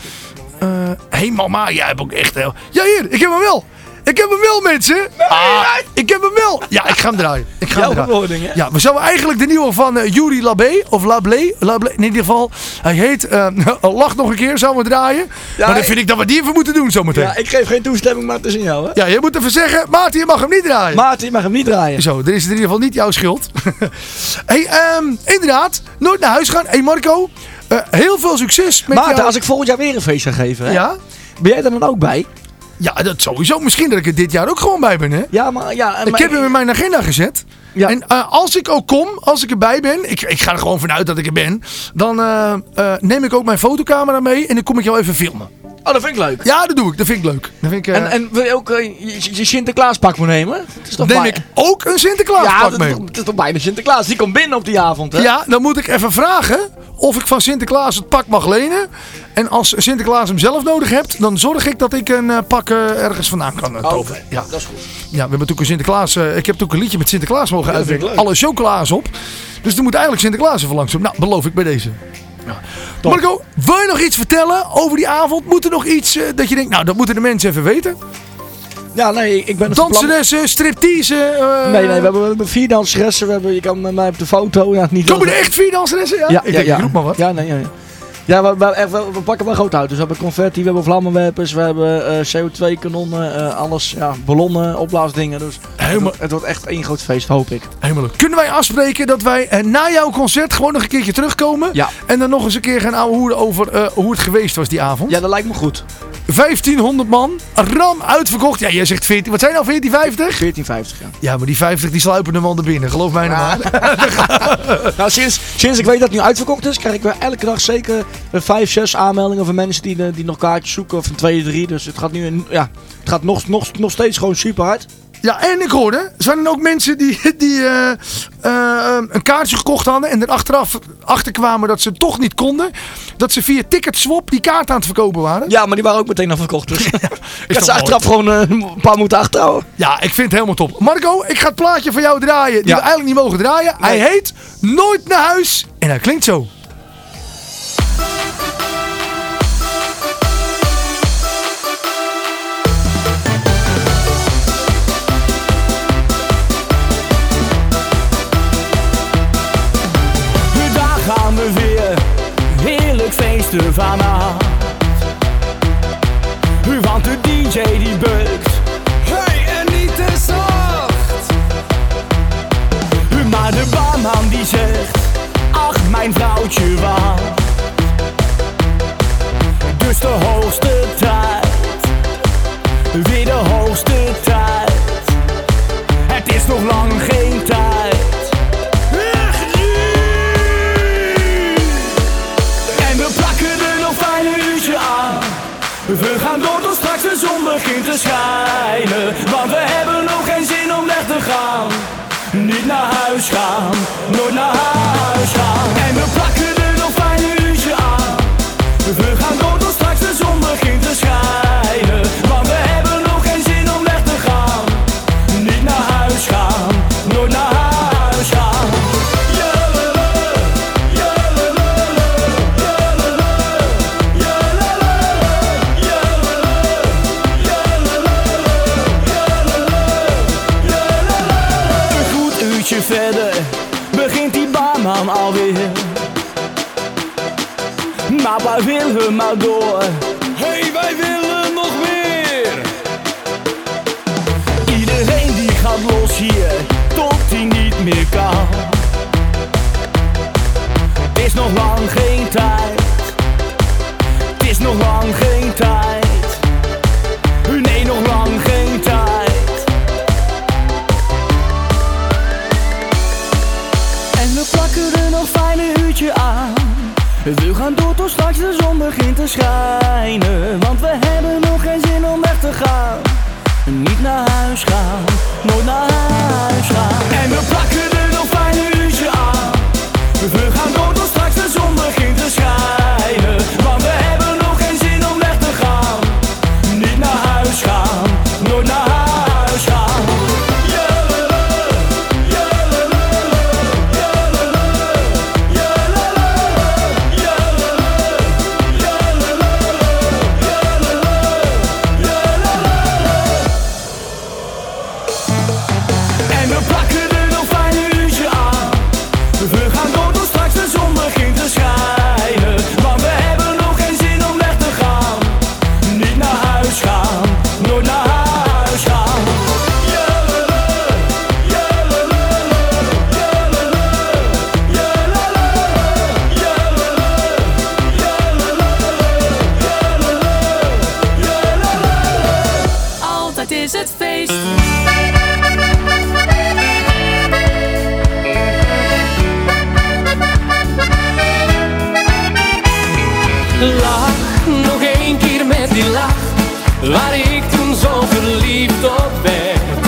S1: Hey mama, jij hebt ook echt... Ja hier, ik heb hem wel. Ik heb hem wel, mensen. Ik heb hem wel. Ja, ik ga hem draaien.
S4: Jouw verwoording, hè?
S1: Ja, we zouden eigenlijk de nieuwe van Yuri Labé, of Lablé, in ieder geval. Hij heet Lach nog een keer, zouden we draaien. Ja, maar dan vind ik dat we die even moeten doen zometeen.
S4: Ja, ik geef geen toestemming, maar het is aan jou, hè?
S1: Ja, je moet even zeggen, Maarten, je mag hem niet draaien.
S4: Maarten, je mag hem niet draaien.
S1: Zo, er is in ieder geval niet jouw schuld. Hey, inderdaad, nooit naar huis gaan. Hey Marco, heel veel succes met
S4: Maarten,
S1: jou.
S4: als ik volgend jaar weer een feest ga geven, hè?
S1: Ja?
S4: Ben jij er dan ook bij?
S1: Ja, dat sowieso. Misschien dat ik er dit jaar ook gewoon bij ben, hè?
S4: Ja, maar...
S1: Ik heb hem in mijn agenda gezet. Ja. En als ik ook kom, als ik erbij ben, ik ga er gewoon vanuit dat ik er ben, dan neem ik ook mijn fotocamera mee en dan kom ik jou even filmen.
S4: Oh, dat vind ik leuk.
S1: Ja, dat doe ik. Dat vind ik leuk. Dat vind ik,
S4: en wil je ook je Sinterklaaspak meenemen?
S1: Neem ik ook een Sinterklaaspak mee?
S4: Het is toch bijna Sinterklaas. Die komt binnen op die avond, hè?
S1: Ja, dan moet ik even vragen of ik van Sinterklaas het pak mag lenen. En als Sinterklaas hem zelf nodig hebt, dan zorg ik dat ik een pak ergens vandaan kan toveren. Ja,
S4: dat is goed.
S1: Ja, we hebben natuurlijk een Sinterklaas. Ik heb ook een liedje met Sinterklaas mogen uitbrengen. Alle chocola's op. Dus er moet eigenlijk Sinterklaas even langs. Nou, beloof ik bij deze. Ja. Marco, wil je nog iets vertellen over die avond? Moet er nog iets dat je denkt, nou, dat moeten de mensen even weten?
S4: Ja, nee, ik ben...
S1: Danseressen, striptease.
S4: Nee, we hebben 4 danseressen. Je kan met mij op de foto. Ja, niet
S1: komen er echt 4 danseressen? Ja? Ik denk, ik roep maar wat.
S4: Ja, nee. Ja, we pakken wel groot uit. Dus we hebben confetti, we hebben vlammenwerpers, we hebben CO2-kanonnen, alles, ballonnen, opblaasdingen. Dus het wordt echt één groot feest, hoop ik.
S1: Helemaal leuk. Kunnen wij afspreken dat wij na jouw concert gewoon nog een keertje terugkomen?
S4: Ja.
S1: En dan nog eens een keer gaan ouwehoeren over hoe het geweest was die avond?
S4: Ja, dat lijkt me goed. 1500
S1: man, ram uitverkocht. Ja, jij zegt 14, wat zijn nou 1450?
S4: 1450, ja.
S1: Ja, maar die 50 die sluipen er wel naar binnen, geloof mij nou maar.
S4: Nou, sinds ik weet dat het nu uitverkocht is, krijg ik wel elke dag zeker 5, 6 aanmeldingen van mensen die nog kaartjes zoeken. Of 2, 3. Dus het gaat nu het gaat nog steeds gewoon super hard.
S1: Ja, en ik hoorde, zijn er ook mensen die een kaartje gekocht hadden en er achteraf achterkwamen dat ze toch niet konden. Dat ze via Ticketswap die kaart aan het verkopen waren.
S4: Ja, maar die waren ook meteen al verkocht. Dus ik had ze achteraf gewoon een paar moeten achterhouden.
S1: Ja, ik vind het helemaal top. Marco, ik ga het plaatje van jou draaien die we eigenlijk niet mogen draaien. Nee. Hij heet Nooit naar huis en hij klinkt zo.
S5: Gaan we weer heerlijk feesten vanavond. Want de DJ die beukt. Hey, en niet te zacht. Maar de barman die zegt, ach mijn vrouwtje wacht. Dus de hoogste fijne uurtje aan. We gaan door tot straks de zon begint te schijnen. Want we hebben nog geen zin om weg te gaan. Niet naar huis gaan, nooit naar huis gaan. En we plakken er nog fijne uurtje aan. We gaan door tot straks de zon begint te schijnen. Want we hebben nog geen zin om weg te gaan. Niet naar huis gaan, nooit naar huis gaan. Verder begint die baanman alweer. Maar wij willen maar door. Hey, wij willen nog meer. Iedereen die gaat los hier, tot hij niet meer kan. Het is nog lang geen tijd. Het is nog lang geen tijd. Nee, nog lang geen tijd. We plakken er nog fijne uurtje aan. We gaan door tot straks de zon begint te schijnen. Want we hebben nog geen zin om weg te gaan. Niet naar huis gaan, nooit naar huis gaan. En we plakken er nog fijne uurtje aan. We gaan door tot straks de zon begint te schijnen. Want we hebben nog geen zin om weg te gaan. Niet naar huis gaan, nooit naar huis gaan.
S2: Is het feest.
S5: Lach, nog één keer met die lach, waar ik toen zo verliefd op werd.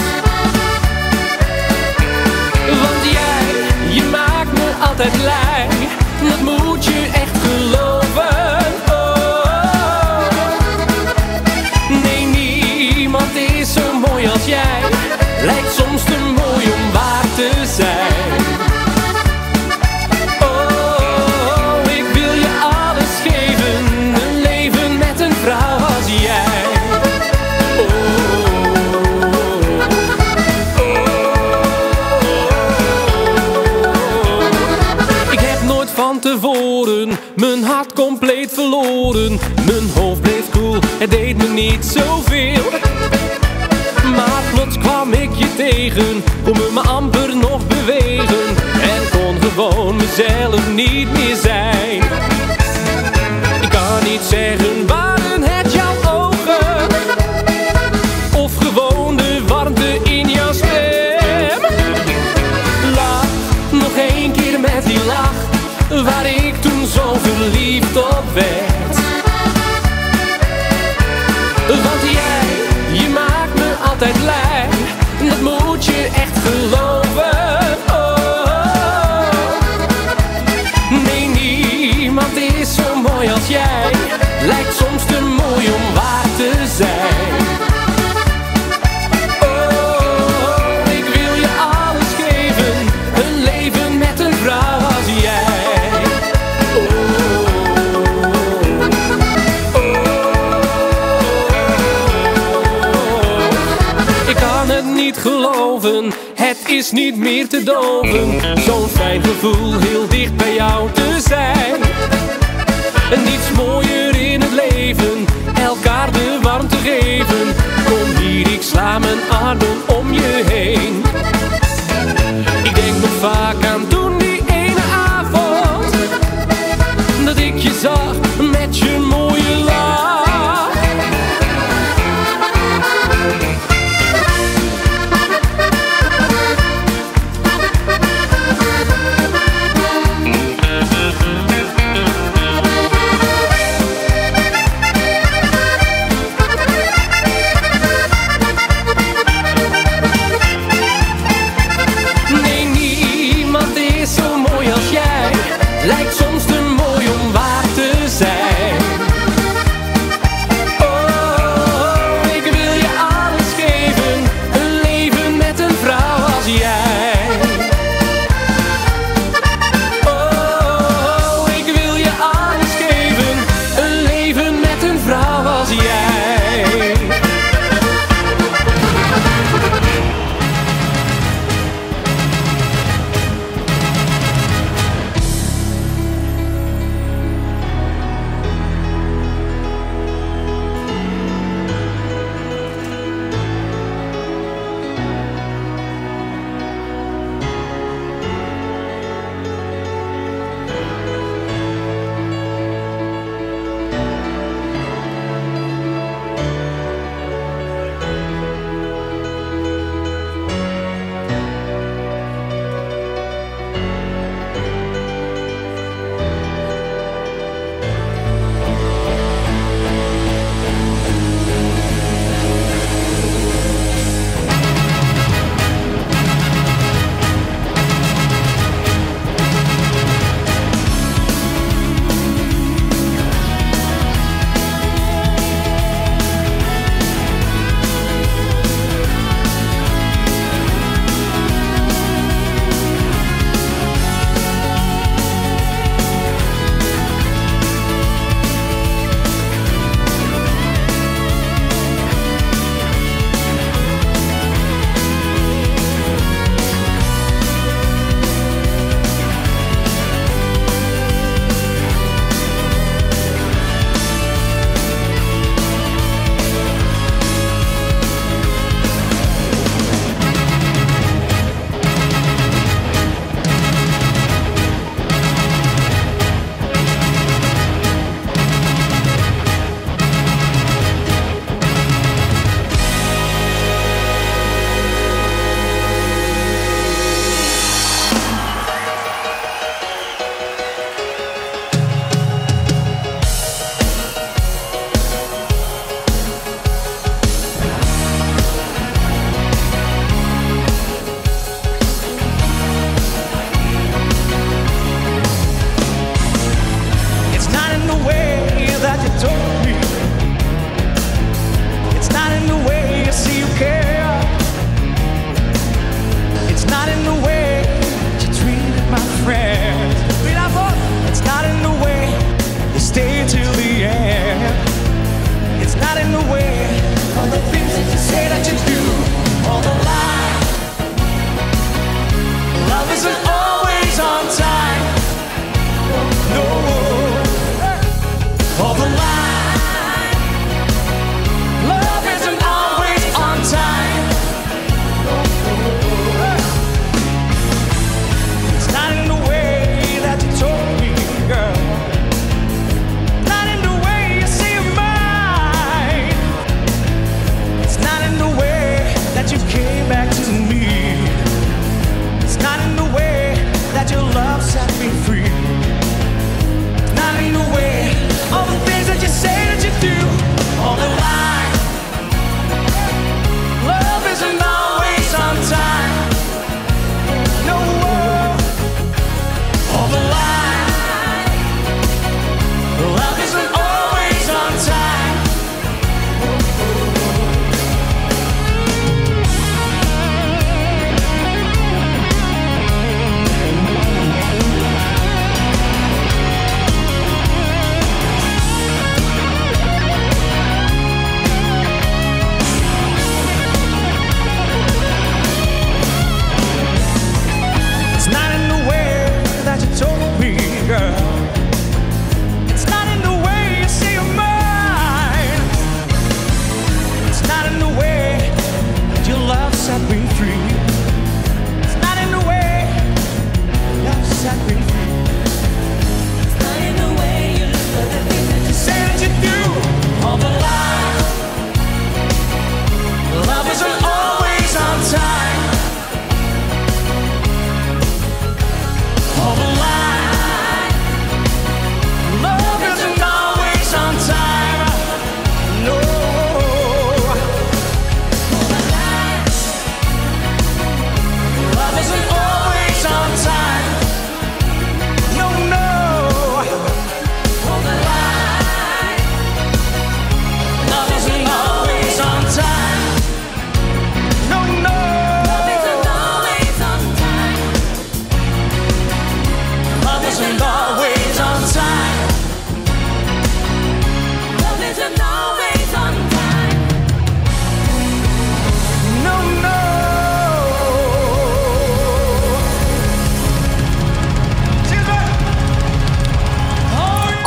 S5: Want jij, je maakt me altijd blij, dat moet je echt geloven. Oh, nee, niemand is zo mooi als jij, lijkt soms te mooi om waar te zijn. Tevoren, mijn hart compleet verloren. Mijn hoofd bleef koel, het deed me niet zoveel. Maar plots kwam ik je tegen, kon me amper nog bewegen. En kon gewoon mezelf niet meer zijn. Ik kan niet zeggen, waren het jouw ogen? Of gewoon de warmte in jouw stem? Lach, nog één keer met die lach, waar ik toen zo verliefd op werd. Want jij, je maakt me altijd blij, dat moet je echt geloven. Oh, nee, niemand is zo mooi als jij, lijkt soms te mooi om waar te zijn. Oh, ik wil je alles geven, een leven met een vrouw als jij. Niet geloven, het is niet meer te doven. Zo'n fijn gevoel, heel dicht bij jou te zijn. En niets mooier in het leven, elkaar de warmte geven. Kom hier, ik sla mijn armen om je heen. Ik denk nog vaak aan toen die ene avond, dat ik je zag met je mooie lach.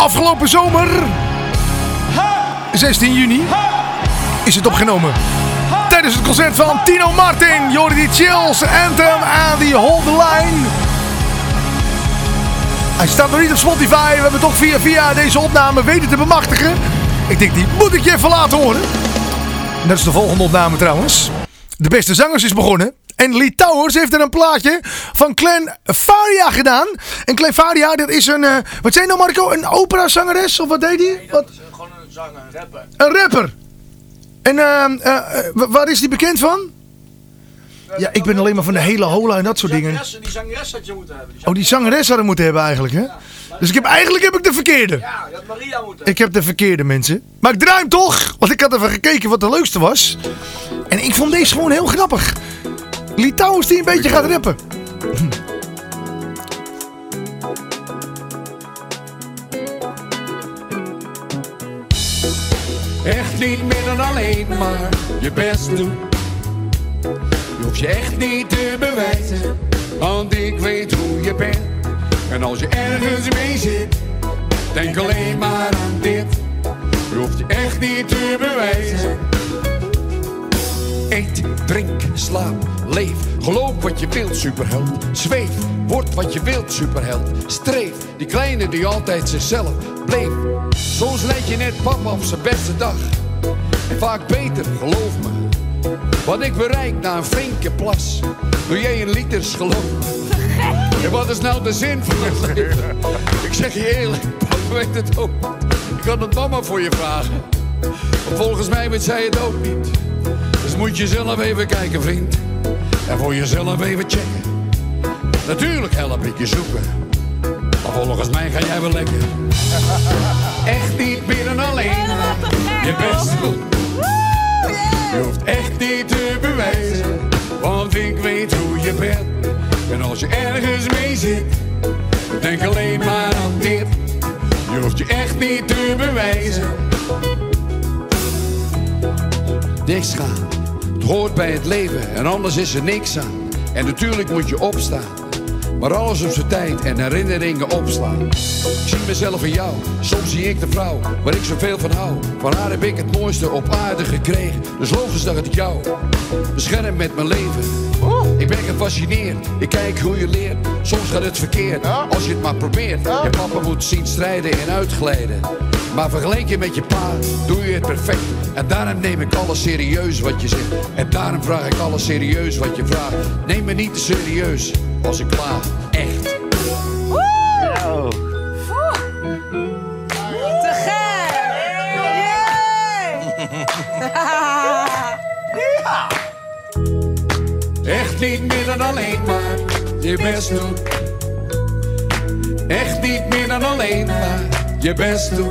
S1: afgelopen zomer, 16 juni, is het opgenomen. Tijdens het concert van Tino Martin, je hoorde die Chills Anthem en die Hold the Line. Hij staat nog niet op Spotify. We hebben toch via deze opname weten te bemachtigen. Ik denk, die moet ik je even laten horen. Dat is de volgende opname trouwens. De beste zangers is begonnen. En Lee Towers heeft er een plaatje van Glenn Faria gedaan. En Glenn Faria, dat is een... wat zei nou Marco? Een operazangeres? Of wat deed hij?
S4: Nee, dat is gewoon een zanger, een rapper.
S1: Een rapper. En waar is die bekend van? Ja, ik ben alleen maar van de hele hola en dat soort dingen.
S4: Die zangeres had je moeten hebben.
S1: Oh, die zangeres hadden moeten hebben eigenlijk, hè? Dus eigenlijk heb ik de verkeerde.
S4: Ja, je had Maria moeten.
S1: Ik heb de verkeerde, mensen. Maar ik draai hem toch, want ik had even gekeken wat de leukste was. En ik vond deze gewoon heel grappig. Lee Towers die een beetje gaat rappen.
S11: Echt niet meer dan alleen maar je best doen. Je hoeft je echt niet te bewijzen, want ik weet hoe je bent. En als je ergens mee zit, denk alleen maar aan dit. Je hoeft je echt niet te bewijzen.
S12: Eet, drink, slaap, leef. Geloof wat je wilt, superheld. Zweef, word wat je wilt, superheld. Streef, die kleine die altijd zichzelf bleef. Soms lijkt je net papa op zijn beste dag. En vaak beter, geloof me. Wat ik bereik na een flinke plas. Doe jij in liters, geloof me. En wat is nou de zin van het leven? Ik zeg je eerlijk, papa weet het ook niet. Ik kan het mama voor je vragen. Maar volgens mij weet zij het ook niet. Dus moet je zelf even kijken, vriend. En voor jezelf even checken. Natuurlijk help ik je zoeken. Maar volgens mij ga jij wel lekker.
S11: Echt niet meer dan alleen je best doen. Je hoeft echt niet te bewijzen, want ik weet hoe je bent. En als je ergens mee zit, denk alleen maar aan dit. Je hoeft je echt niet te bewijzen.
S12: Niks gaan, het hoort bij het leven en anders is er niks aan. En natuurlijk moet je opstaan, maar alles op zijn tijd en herinneringen opslaan. Ik zie mezelf in jou, soms zie ik de vrouw waar ik zoveel van hou. Van haar heb ik het mooiste op aarde gekregen, dus logisch dat ik jou bescherm met mijn leven. Ik ben gefascineerd, ik kijk hoe je leert. Soms gaat het verkeerd, als je het maar probeert. Je papa moet zien strijden en uitglijden. Maar vergelijk je met je pa, doe je het perfect. En daarom neem ik alles serieus wat je zegt. En daarom vraag ik alles serieus wat je vraagt. Neem me niet te serieus als ik klaag, echt.
S13: Te gek!
S11: Echt niet meer dan alleen maar je best doen. Echt niet meer dan alleen maar je best doen.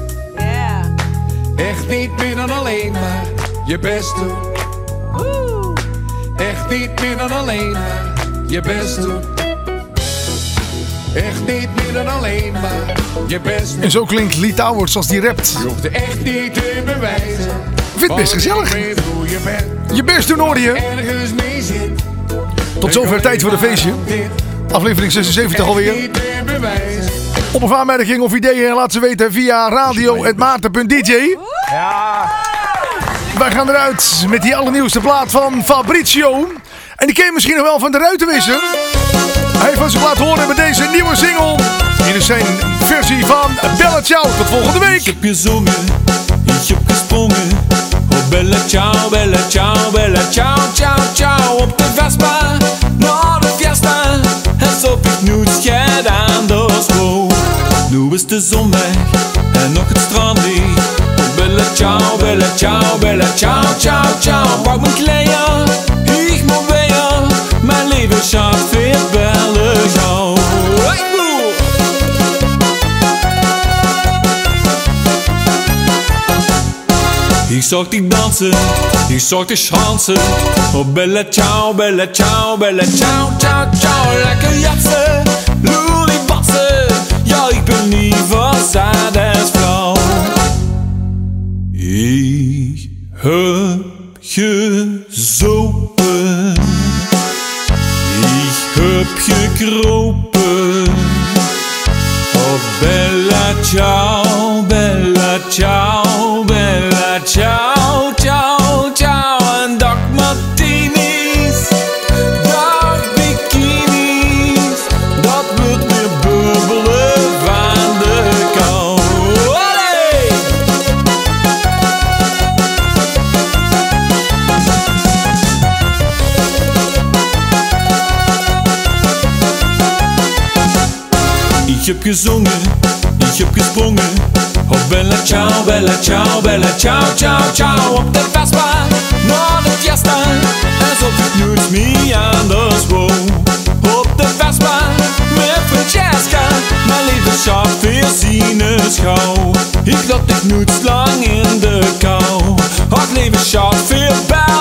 S11: Echt niet meer dan alleen maar je best doen. Echt niet meer dan alleen maar je best doen. Echt niet meer dan alleen maar je best doen.
S1: En zo klinkt Lee Towers als die rapt.
S11: Je hoeft er echt niet te bewijzen.
S1: Ik vind het best gezellig. Je best doen hoor je.
S11: Ergens mee zit.
S1: Tot zover tijd voor de feestje. Aflevering 76 alweer. Op een aanmerking of ideeën laat ze weten via radio@maarten.dj.
S4: Ja.
S1: Wij gaan eruit met die allernieuwste plaat van Fabrizio. En die ken je misschien nog wel van de Ruitenwisser. Hij heeft ons laten horen met deze nieuwe single. Hier is zijn versie van Bella Ciao. Tot volgende week.
S14: Ik heb gezongen, ik heb gesprongen. Oh bella ciao, bella ciao, bella ciao, ciao, ciao. Op de Vespa, naar de fiesta. Alsof ik nu scheid aan de slow. Nu is de zon weg en nog het strand dicht. Oh bella ciao, bella ciao, bella ciao, ciao, ciao. Pak mijn kleren, ik moet weer. Mijn leven gaat veel bella ciao. Ik zag die dansen, ik zag die chansen. Oh bella ciao, bella ciao, bella ciao, ciao, ciao. Lekker jatsen, loelie batsen. Ja, ik ben niet verzaaid als vrouw. Ik heb gezopen, ik heb gekropen. Oh bella ciao. ciao, bella ciao, ciao, ciao. En dag martinis, dag bikinis, dat wordt weer bubbelen van de kou. Allee! Ik heb gezongen, ik heb gesprongen. Oh bella ciao, bella ciao, bella ciao, ciao, ciao. Op de Vespa, naar de fiesta, alsof ik nooit meer anders wou. Op de Vespa, met Francesca, mijn lieve chauffeur zien schouw. Ik laat dich nooit lang in de kou. Ach lieve chauffeur,